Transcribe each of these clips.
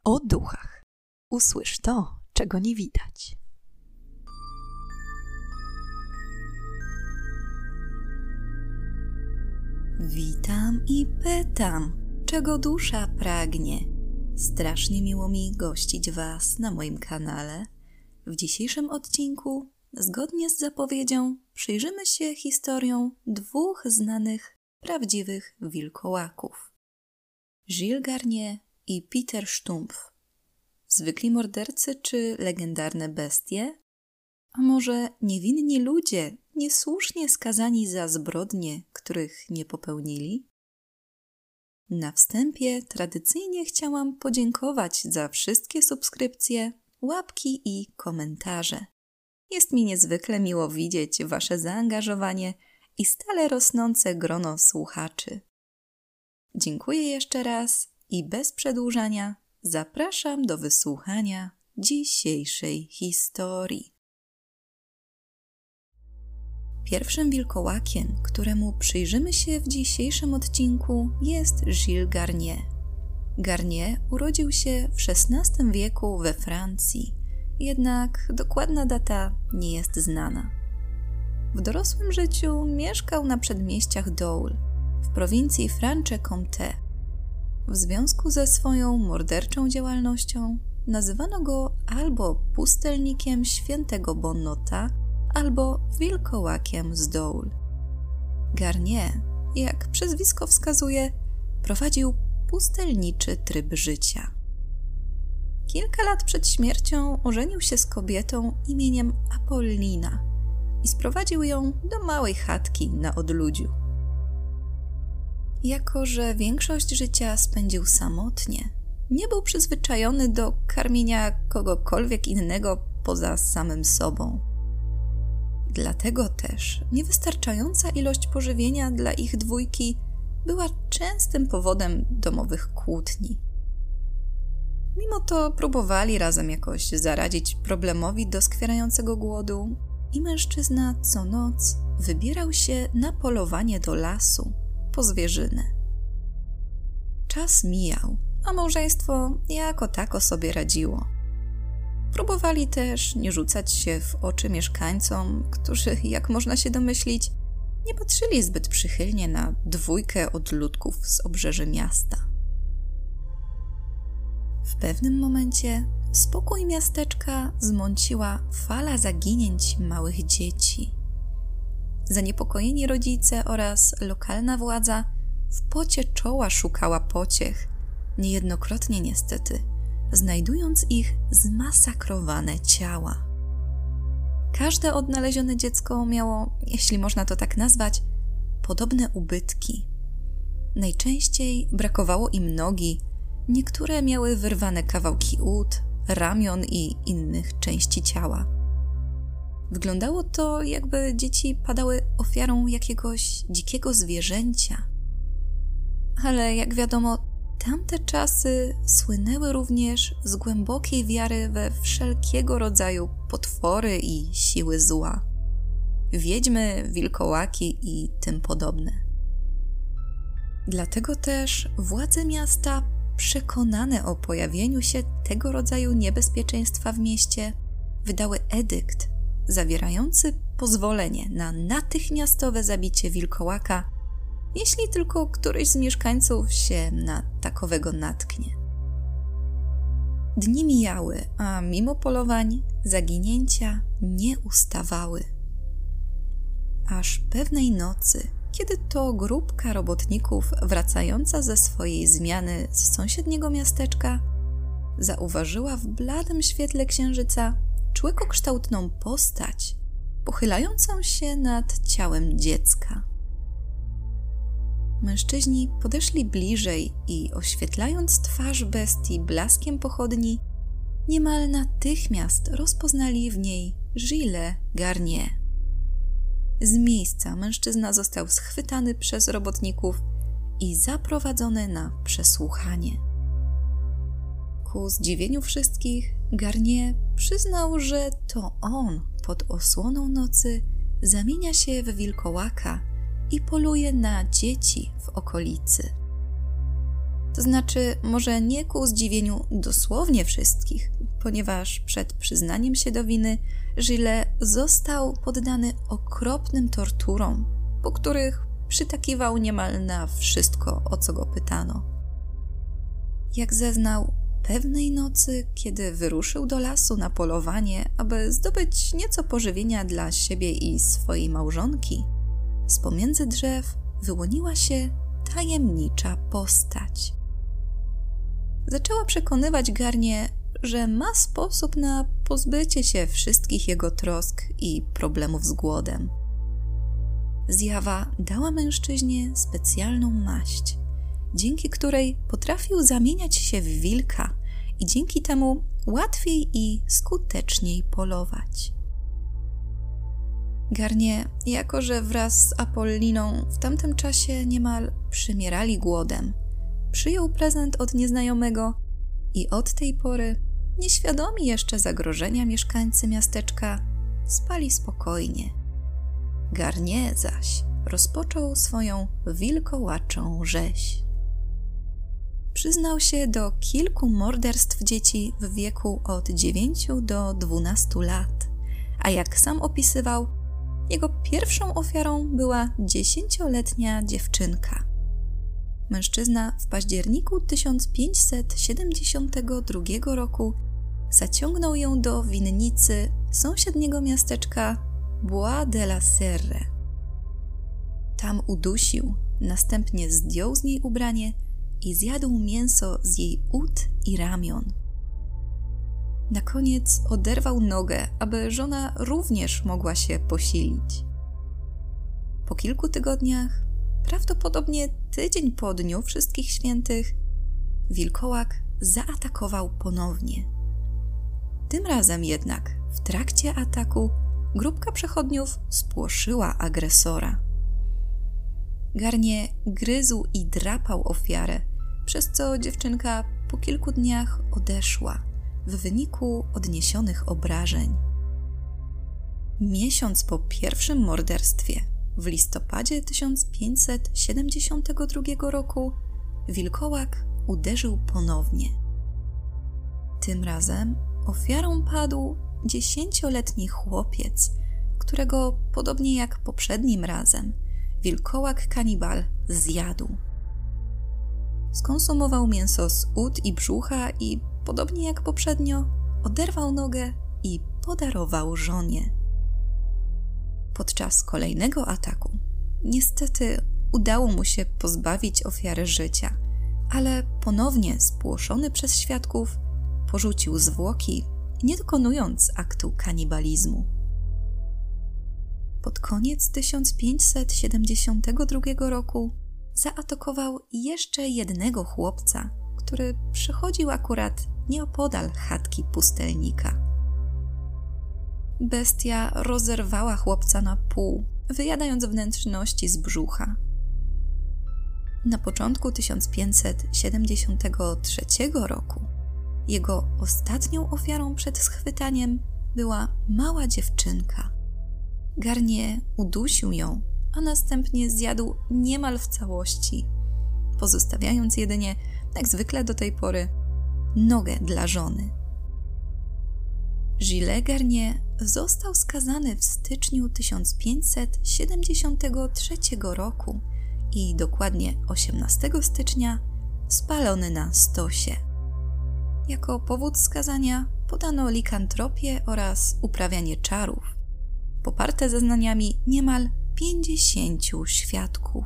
O duchach. Usłysz to, czego nie widać. Witam i pytam, czego dusza pragnie. Strasznie miło mi gościć Was na moim kanale. W dzisiejszym odcinku, zgodnie z zapowiedzią, przyjrzymy się historiom dwóch znanych, prawdziwych wilkołaków. Gilles Garnier i Peter Stumpf. Zwykli mordercy czy legendarne bestie? A może niewinni ludzie, niesłusznie skazani za zbrodnie, których nie popełnili? Na wstępie tradycyjnie chciałam podziękować za wszystkie subskrypcje, łapki i komentarze. Jest mi niezwykle miło widzieć Wasze zaangażowanie i stale rosnące grono słuchaczy. Dziękuję jeszcze raz i bez przedłużania zapraszam do wysłuchania dzisiejszej historii. Pierwszym wilkołakiem, któremu przyjrzymy się w dzisiejszym odcinku, jest Gilles Garnier. Garnier urodził się w XVI wieku we Francji, jednak dokładna data nie jest znana. W dorosłym życiu mieszkał na przedmieściach Dole, w prowincji Franche-Comté. W związku ze swoją morderczą działalnością nazywano go albo pustelnikiem świętego Bonnota, albo wilkołakiem z Dole. Garnier, jak przezwisko wskazuje, prowadził pustelniczy tryb życia. Kilka lat przed śmiercią ożenił się z kobietą imieniem Apollina i sprowadził ją do małej chatki na odludziu. Jako że większość życia spędził samotnie, nie był przyzwyczajony do karmienia kogokolwiek innego poza samym sobą. Dlatego też niewystarczająca ilość pożywienia dla ich dwójki była częstym powodem domowych kłótni. Mimo to próbowali razem jakoś zaradzić problemowi doskwierającego głodu i mężczyzna co noc wybierał się na polowanie do lasu po zwierzynę. Czas mijał, a małżeństwo jako tako sobie radziło. Próbowali też nie rzucać się w oczy mieszkańcom, którzy, jak można się domyślić, nie patrzyli zbyt przychylnie na dwójkę odludków z obrzeży miasta. W pewnym momencie spokój miasteczka zmąciła fala zaginięć małych dzieci. Zaniepokojeni rodzice oraz lokalna władza w pocie czoła szukała pociech, niejednokrotnie niestety, znajdując ich zmasakrowane ciała. Każde odnalezione dziecko miało, jeśli można to tak nazwać, podobne ubytki. Najczęściej brakowało im nogi, niektóre miały wyrwane kawałki ud, ramion i innych części ciała. Wyglądało to, jakby dzieci padały ofiarą jakiegoś dzikiego zwierzęcia. Ale jak wiadomo, tamte czasy słynęły również z głębokiej wiary we wszelkiego rodzaju potwory i siły zła. Wiedźmy, wilkołaki i tym podobne. Dlatego też władze miasta, przekonane o pojawieniu się tego rodzaju niebezpieczeństwa w mieście, wydały edykt zawierający pozwolenie na natychmiastowe zabicie wilkołaka, jeśli tylko któryś z mieszkańców się na takowego natknie. Dni mijały, a mimo polowań zaginięcia nie ustawały. Aż pewnej nocy, kiedy to grupka robotników wracająca ze swojej zmiany z sąsiedniego miasteczka zauważyła w bladym świetle księżyca człekokształtną postać pochylającą się nad ciałem dziecka. Mężczyźni podeszli bliżej i oświetlając twarz bestii blaskiem pochodni, niemal natychmiast rozpoznali w niej Gilles Garnier. Z miejsca mężczyzna został schwytany przez robotników i zaprowadzony na przesłuchanie. Ku zdziwieniu wszystkich, Garnier przyznał, że to on pod osłoną nocy zamienia się w wilkołaka i poluje na dzieci w okolicy. To znaczy, może nie ku zdziwieniu dosłownie wszystkich, ponieważ przed przyznaniem się do winy Gilles został poddany okropnym torturom, po których przytakiwał niemal na wszystko, o co go pytano. Jak zeznał, pewnej nocy, kiedy wyruszył do lasu na polowanie, aby zdobyć nieco pożywienia dla siebie i swojej małżonki, z pomiędzy drzew wyłoniła się tajemnicza postać. Zaczęła przekonywać Garnier, że ma sposób na pozbycie się wszystkich jego trosk i problemów z głodem. Zjawa dała mężczyźnie specjalną maść, dzięki której potrafił zamieniać się w wilka i dzięki temu łatwiej i skuteczniej polować. Garnier, jako że wraz z Apolliną w tamtym czasie niemal przymierali głodem, przyjął prezent od nieznajomego i od tej pory, nieświadomi jeszcze zagrożenia, mieszkańcy miasteczka spali spokojnie. Garnier zaś rozpoczął swoją wilkołaczą rzeź. Przyznał się do kilku morderstw dzieci w wieku od 9 do 12 lat, a jak sam opisywał, jego pierwszą ofiarą była 10-letnia dziewczynka. Mężczyzna w październiku 1572 roku zaciągnął ją do winnicy sąsiedniego miasteczka Bois de la Serre. Tam udusił, następnie zdjął z niej ubranie i zjadł mięso z jej ud i ramion. Na koniec oderwał nogę, aby żona również mogła się posilić. Po kilku tygodniach, prawdopodobnie tydzień po Dniu Wszystkich Świętych, wilkołak zaatakował ponownie. Tym razem jednak w trakcie ataku grupka przechodniów spłoszyła agresora. Garnier gryzł i drapał ofiarę, przez co dziewczynka po kilku dniach odeszła w wyniku odniesionych obrażeń. Miesiąc po pierwszym morderstwie, w listopadzie 1572 roku, wilkołak uderzył ponownie. Tym razem ofiarą padł 10-letni chłopiec, którego, podobnie jak poprzednim razem, wilkołak kanibal zjadł. Skonsumował mięso z ud i brzucha i, podobnie jak poprzednio, oderwał nogę i podarował żonie. Podczas kolejnego ataku niestety udało mu się pozbawić ofiary życia, ale ponownie spłoszony przez świadków porzucił zwłoki, nie dokonując aktu kanibalizmu. Pod koniec 1572 roku zaatakował jeszcze jednego chłopca, który przechodził akurat nieopodal chatki pustelnika. Bestia rozerwała chłopca na pół, wyjadając wnętrzności z brzucha. Na początku 1573 roku jego ostatnią ofiarą przed schwytaniem była mała dziewczynka. Garnier udusił ją, a następnie zjadł niemal w całości, pozostawiając jedynie, jak zwykle do tej pory, nogę dla żony. Gilles Garnier został skazany w styczniu 1573 roku i dokładnie 18 stycznia spalony na stosie. Jako powód skazania podano likantropię oraz uprawianie czarów, poparte zeznaniami niemal 50 świadków.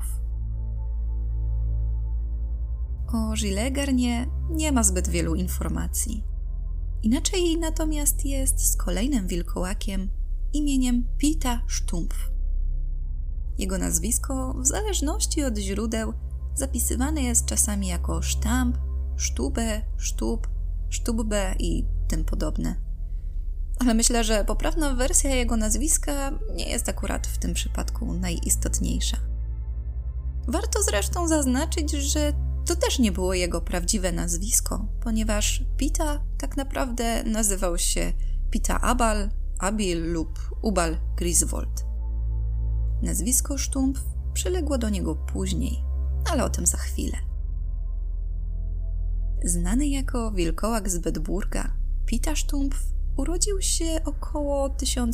O Gilles Garnier nie ma zbyt wielu informacji. Inaczej natomiast jest z kolejnym wilkołakiem imieniem Pita Stumpf. Jego nazwisko, w zależności od źródeł, zapisywane jest czasami jako Sztamp, Sztube, Sztub, Sztubbe i tym podobne. Ale myślę, że poprawna wersja jego nazwiska nie jest akurat w tym przypadku najistotniejsza. Warto zresztą zaznaczyć, że to też nie było jego prawdziwe nazwisko, ponieważ Pita tak naprawdę nazywał się Pita Abal, Abil lub Ubal Griswold. Nazwisko Stumpf przyległo do niego później, ale o tym za chwilę. Znany jako wilkołak z Bedburga, Pita Stumpf urodził się około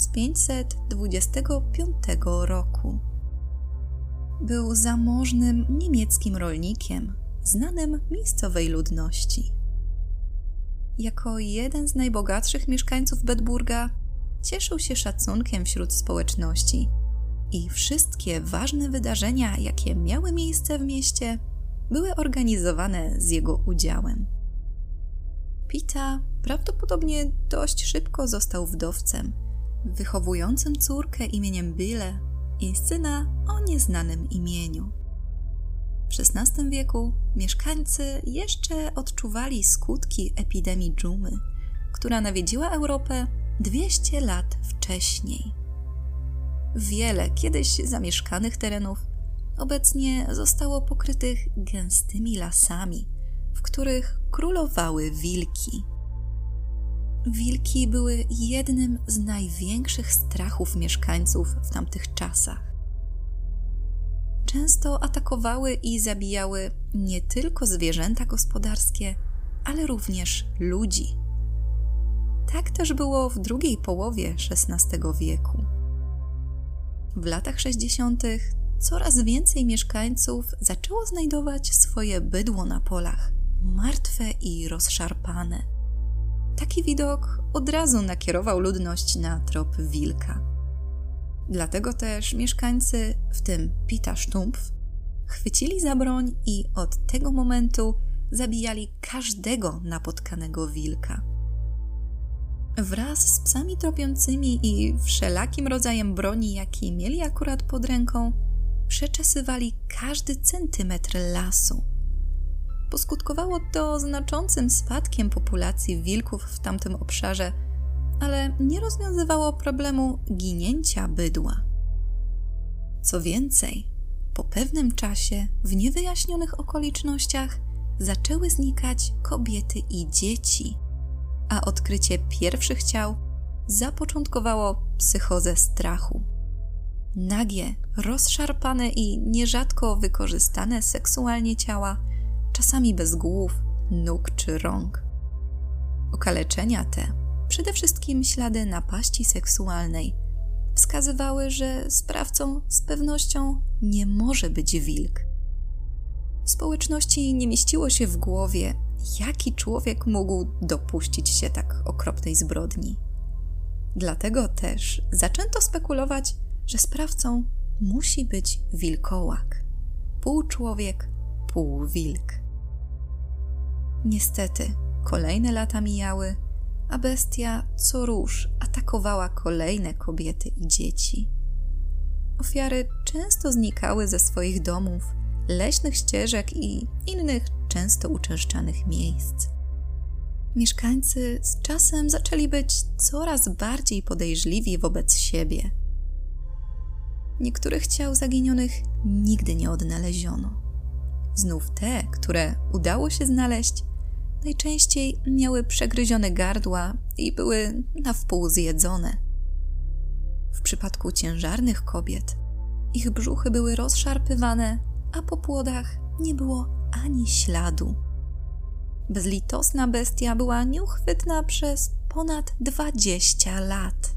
1525 roku. Był zamożnym niemieckim rolnikiem, znanym miejscowej ludności. Jako jeden z najbogatszych mieszkańców Bedburga cieszył się szacunkiem wśród społeczności i wszystkie ważne wydarzenia, jakie miały miejsce w mieście, były organizowane z jego udziałem. Pita prawdopodobnie dość szybko został wdowcem, wychowującym córkę imieniem Bille i syna o nieznanym imieniu. W XVI wieku mieszkańcy jeszcze odczuwali skutki epidemii dżumy, która nawiedziła Europę 200 lat wcześniej. Wiele kiedyś zamieszkanych terenów obecnie zostało pokrytych gęstymi lasami, w których królowały wilki. Wilki były jednym z największych strachów mieszkańców w tamtych czasach. Często atakowały i zabijały nie tylko zwierzęta gospodarskie, ale również ludzi. Tak też było w drugiej połowie XVI wieku. W latach 60. coraz więcej mieszkańców zaczęło znajdować swoje bydło na polach, martwe i rozszarpane. Taki widok od razu nakierował ludność na trop wilka. Dlatego też mieszkańcy, w tym Pita Stumpf, chwycili za broń i od tego momentu zabijali każdego napotkanego wilka. Wraz z psami tropiącymi i wszelakim rodzajem broni, jaki mieli akurat pod ręką, przeczesywali każdy centymetr lasu. Poskutkowało to znaczącym spadkiem populacji wilków w tamtym obszarze, ale nie rozwiązywało problemu ginięcia bydła. Co więcej, po pewnym czasie, w niewyjaśnionych okolicznościach, zaczęły znikać kobiety i dzieci, a odkrycie pierwszych ciał zapoczątkowało psychozę strachu. Nagie, rozszarpane i nierzadko wykorzystane seksualnie ciała, czasami bez głów, nóg czy rąk. Okaleczenia te, przede wszystkim ślady napaści seksualnej, wskazywały, że sprawcą z pewnością nie może być wilk. Społeczności nie mieściło się w głowie, jaki człowiek mógł dopuścić się tak okropnej zbrodni. Dlatego też zaczęto spekulować, że sprawcą musi być wilkołak. Pół człowiek, pół wilk. Niestety, kolejne lata mijały, a bestia co róż atakowała kolejne kobiety i dzieci. Ofiary często znikały ze swoich domów, leśnych ścieżek i innych często uczęszczanych miejsc. Mieszkańcy z czasem zaczęli być coraz bardziej podejrzliwi wobec siebie. Niektórych ciał zaginionych nigdy nie odnaleziono. Znów te, które udało się znaleźć, najczęściej miały przegryzione gardła i były na wpół zjedzone. W przypadku ciężarnych kobiet ich brzuchy były rozszarpywane, a po płodach nie było ani śladu. Bezlitosna bestia była nieuchwytna przez ponad 20 lat.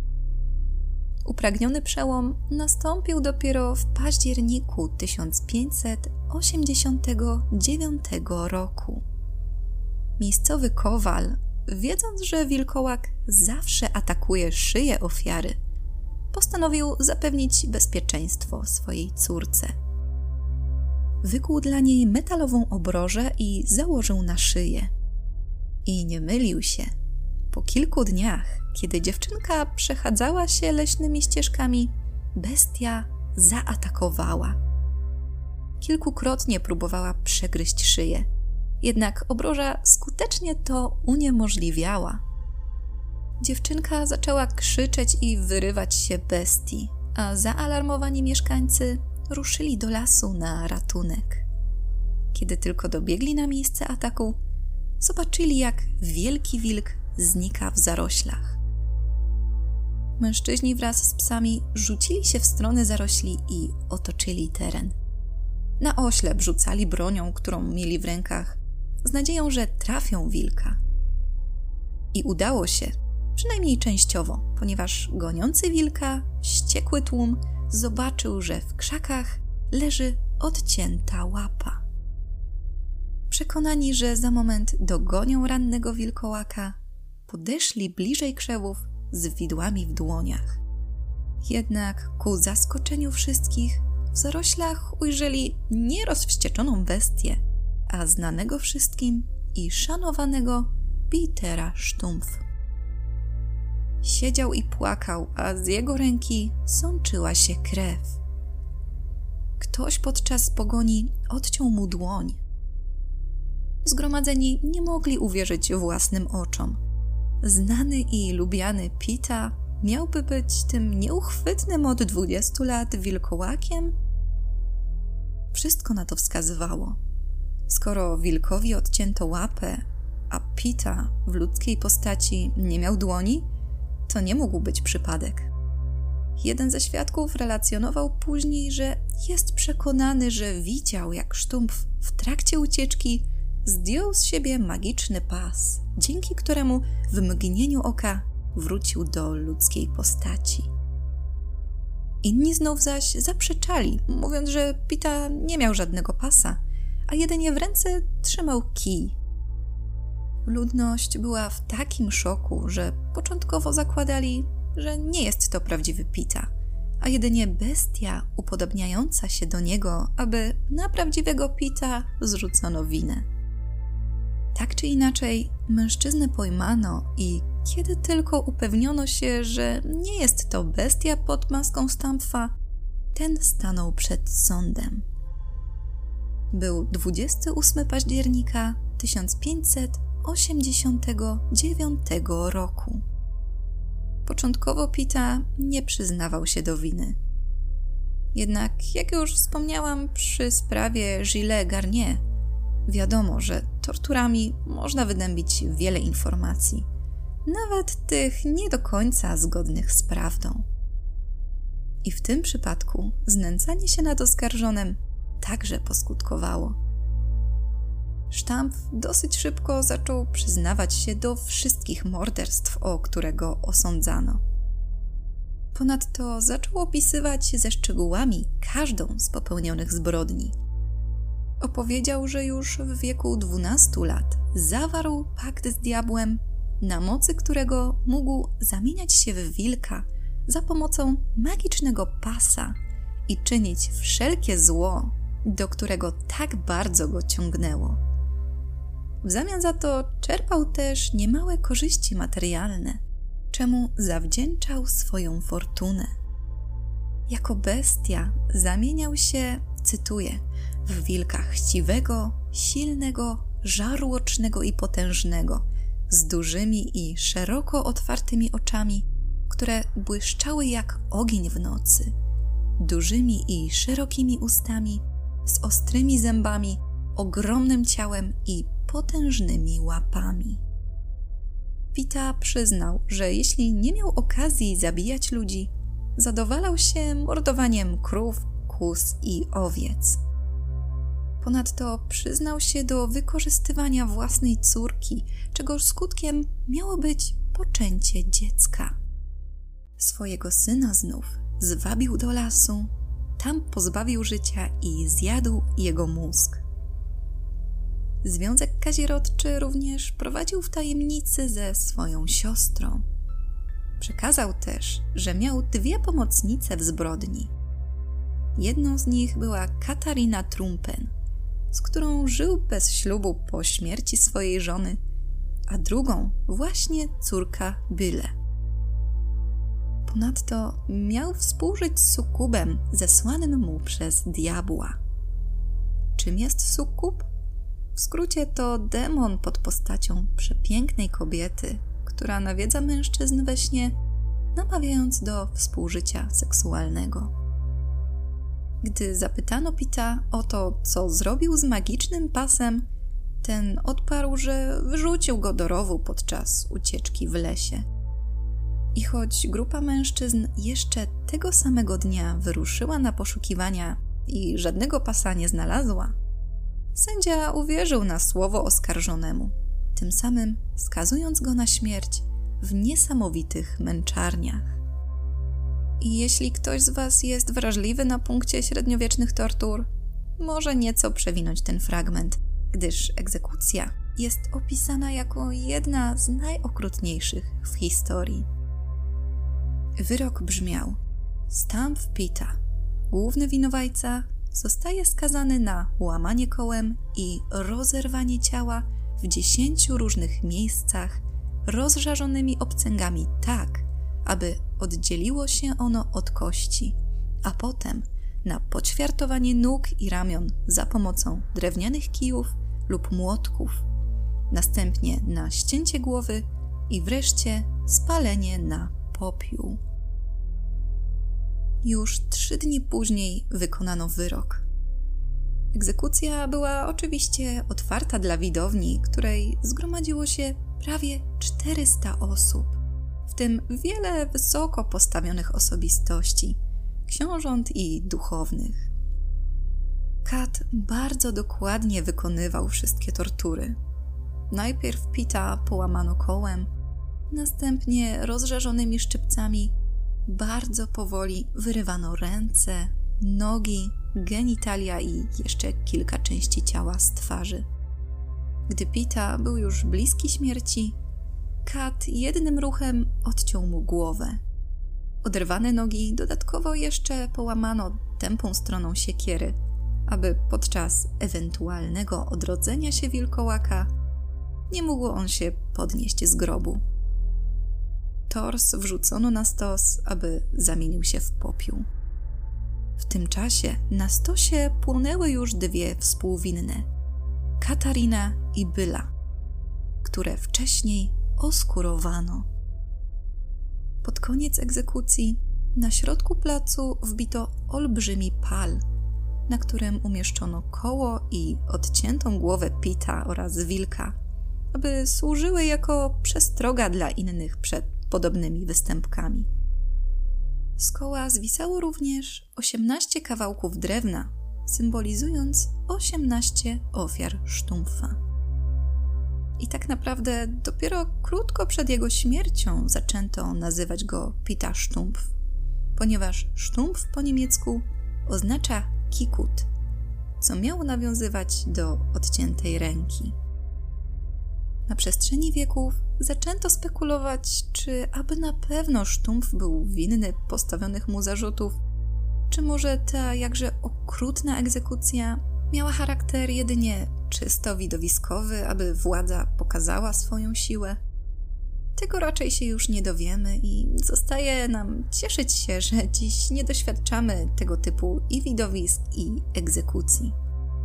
Upragniony przełom nastąpił dopiero w październiku 1589 roku. Miejscowy kowal, wiedząc, że wilkołak zawsze atakuje szyję ofiary, postanowił zapewnić bezpieczeństwo swojej córce. Wykuł dla niej metalową obrożę i założył na szyję. I nie mylił się. Po kilku dniach, kiedy dziewczynka przechadzała się leśnymi ścieżkami, bestia zaatakowała. Kilkukrotnie próbowała przegryźć szyję, jednak obroża skutecznie to uniemożliwiała. Dziewczynka zaczęła krzyczeć i wyrywać się bestii, a zaalarmowani mieszkańcy ruszyli do lasu na ratunek. Kiedy tylko dobiegli na miejsce ataku, zobaczyli, jak wielki wilk znika w zaroślach. Mężczyźni wraz z psami rzucili się w stronę zarośli i otoczyli teren. Na oślep rzucali bronią, którą mieli w rękach, z nadzieją, że trafią wilka. I udało się, przynajmniej częściowo, ponieważ goniący wilka, wściekły tłum zobaczył, że w krzakach leży odcięta łapa. Przekonani, że za moment dogonią rannego wilkołaka, podeszli bliżej krzewów z widłami w dłoniach. Jednak ku zaskoczeniu wszystkich w zaroślach ujrzeli nie rozwścieczoną bestię, a znanego wszystkim i szanowanego Petera Sztumpf. Siedział i płakał, a z jego ręki sączyła się krew. Ktoś podczas pogoni odciął mu dłoń. Zgromadzeni nie mogli uwierzyć własnym oczom. Znany i lubiany Pita miałby być tym nieuchwytnym od 20 lat wilkołakiem? Wszystko na to wskazywało. Skoro wilkowi odcięto łapę, a Pita w ludzkiej postaci nie miał dłoni, to nie mógł być przypadek. Jeden ze świadków relacjonował później, że jest przekonany, że widział, jak Sztumpf w trakcie ucieczki zdjął z siebie magiczny pas, dzięki któremu w mgnieniu oka wrócił do ludzkiej postaci. Inni znów zaś zaprzeczali, mówiąc, że Pita nie miał żadnego pasa, a jedynie w ręce trzymał kij. Ludność była w takim szoku, że początkowo zakładali, że nie jest to prawdziwy Pita, a jedynie bestia upodobniająca się do niego, aby na prawdziwego Pita zrzucono winę. Tak czy inaczej, mężczyznę pojmano i kiedy tylko upewniono się, że nie jest to bestia pod maską Stumpfa, ten stanął przed sądem. Był 28 października 1589 roku. Początkowo Pita nie przyznawał się do winy. Jednak, jak już wspomniałam przy sprawie Gilles Garnier, wiadomo, że torturami można wydębić wiele informacji, nawet tych nie do końca zgodnych z prawdą. I w tym przypadku znęcanie się nad oskarżonym także poskutkowało. Stumpf dosyć szybko zaczął przyznawać się do wszystkich morderstw, o które go osądzano. Ponadto zaczął opisywać ze szczegółami każdą z popełnionych zbrodni. Opowiedział, że już w wieku 12 lat zawarł pakt z diabłem, na mocy którego mógł zamieniać się w wilka za pomocą magicznego pasa i czynić wszelkie zło, do którego tak bardzo go ciągnęło. W zamian za to czerpał też niemałe korzyści materialne, czemu zawdzięczał swoją fortunę. Jako bestia zamieniał się, cytuję, w wilka chciwego, silnego, żarłocznego i potężnego, z dużymi i szeroko otwartymi oczami, które błyszczały jak ogień w nocy, dużymi i szerokimi ustami, z ostrymi zębami, ogromnym ciałem i potężnymi łapami. Pita przyznał, że jeśli nie miał okazji zabijać ludzi, zadowalał się mordowaniem krów, kóz i owiec. Ponadto przyznał się do wykorzystywania własnej córki, czego skutkiem miało być poczęcie dziecka. Swojego syna znów zwabił do lasu, tam pozbawił życia i zjadł jego mózg. Związek kazirodczy również prowadził w tajemnicy ze swoją siostrą. Przekazał też, że miał 2 pomocnice w zbrodni. Jedną z nich była Katarina Trumpen, z którą żył bez ślubu po śmierci swojej żony, a drugą właśnie córka Byle. Ponadto miał współżyć z sukubem zesłanym mu przez diabła. Czym jest sukub? W skrócie to demon pod postacią przepięknej kobiety, która nawiedza mężczyzn we śnie, namawiając do współżycia seksualnego. Gdy zapytano Pita o to, co zrobił z magicznym pasem, ten odparł, że wyrzucił go do rowu podczas ucieczki w lesie. I choć grupa mężczyzn jeszcze tego samego dnia wyruszyła na poszukiwania i żadnego pasa nie znalazła, Sędzia uwierzył na słowo oskarżonemu, tym samym skazując go na śmierć w niesamowitych męczarniach. I jeśli ktoś z Was jest wrażliwy na punkcie średniowiecznych tortur, może nieco przewinąć ten fragment, gdyż egzekucja jest opisana jako jedna z najokrutniejszych w historii. Wyrok brzmiał: Stump Pita, główny winowajca, zostaje skazany na łamanie kołem i rozerwanie ciała w 10 różnych miejscach rozżarzonymi obcęgami tak, aby oddzieliło się ono od kości, a potem na poćwiartowanie nóg i ramion za pomocą drewnianych kijów lub młotków, następnie na ścięcie głowy i wreszcie spalenie na popiół. Już 3 dni później wykonano wyrok. Egzekucja była oczywiście otwarta dla widowni, której zgromadziło się prawie 400 osób, w tym wiele wysoko postawionych osobistości, książąt i duchownych. Kat bardzo dokładnie wykonywał wszystkie tortury. Najpierw Pita połamano kołem, następnie rozżarzonymi szczypcami bardzo powoli wyrywano ręce, nogi, genitalia i jeszcze kilka części ciała z twarzy. Gdy Pita był już bliski śmierci, Kat jednym ruchem odciął mu głowę. Oderwane nogi dodatkowo jeszcze połamano tępą stroną siekiery, aby podczas ewentualnego odrodzenia się wilkołaka nie mógł on się podnieść z grobu. Tors wrzucono na stos, aby zamienił się w popiół. W tym czasie na stosie płonęły już 2 współwinne, Katarina i Byla, które wcześniej oskurowano. Pod koniec egzekucji na środku placu wbito olbrzymi pal, na którym umieszczono koło i odciętą głowę Pita oraz wilka, aby służyły jako przestroga dla innych przed podobnymi występkami. Z koła zwisało również 18 kawałków drewna, symbolizując 18 ofiar Sztumpfa. I tak naprawdę dopiero krótko przed jego śmiercią zaczęto nazywać go Pita Stumpf, ponieważ Stumpf po niemiecku oznacza kikut, co miało nawiązywać do odciętej ręki. Na przestrzeni wieków zaczęto spekulować, czy aby na pewno Stumpf był winny postawionych mu zarzutów, czy może ta jakże okrutna egzekucja miała charakter jedynie czysto widowiskowy, aby władza pokazała swoją siłę. Tego raczej się już nie dowiemy i zostaje nam cieszyć się, że dziś nie doświadczamy tego typu i widowisk, i egzekucji.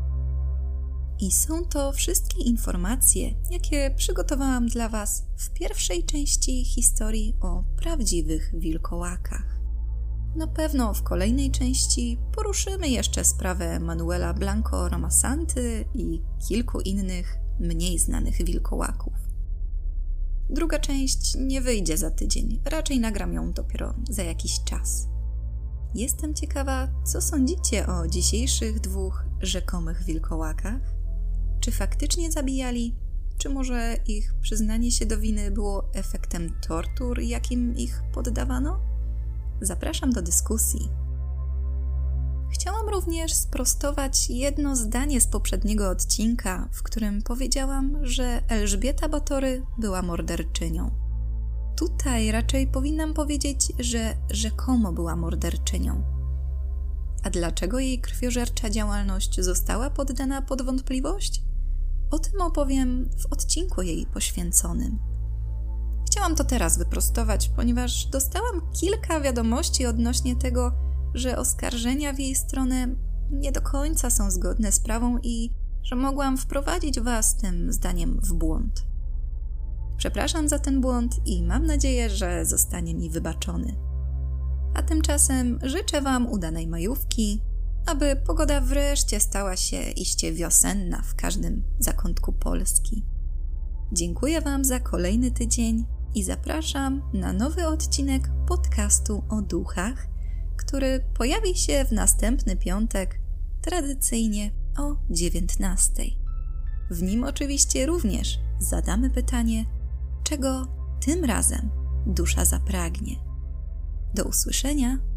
I są to wszystkie informacje, jakie przygotowałam dla Was w pierwszej części historii o prawdziwych wilkołakach. Na pewno w kolejnej części poruszymy jeszcze sprawę Manuela Blanco Ramasanty i kilku innych, mniej znanych wilkołaków. Druga część nie wyjdzie za tydzień, raczej nagram ją dopiero za jakiś czas. Jestem ciekawa, co sądzicie o dzisiejszych 2 rzekomych wilkołakach? Czy faktycznie zabijali, czy może ich przyznanie się do winy było efektem tortur, jakim ich poddawano? Zapraszam do dyskusji. Chciałam również sprostować jedno zdanie z poprzedniego odcinka, w którym powiedziałam, że Elżbieta Batory była morderczynią. Tutaj raczej powinnam powiedzieć, że rzekomo była morderczynią. A dlaczego jej krwiożercza działalność została poddana pod wątpliwość? O tym opowiem w odcinku jej poświęconym. Chciałam to teraz wyprostować, ponieważ dostałam kilka wiadomości odnośnie tego, że oskarżenia w jej stronę nie do końca są zgodne z prawą i że mogłam wprowadzić Was tym zdaniem w błąd. Przepraszam za ten błąd i mam nadzieję, że zostanie mi wybaczony. A tymczasem życzę Wam udanej majówki, aby pogoda wreszcie stała się iście wiosenna w każdym zakątku Polski. Dziękuję Wam za kolejny tydzień i zapraszam na nowy odcinek podcastu o duchach, który pojawi się w następny piątek, tradycyjnie o 19. W nim oczywiście również zadamy pytanie, czego tym razem dusza zapragnie. Do usłyszenia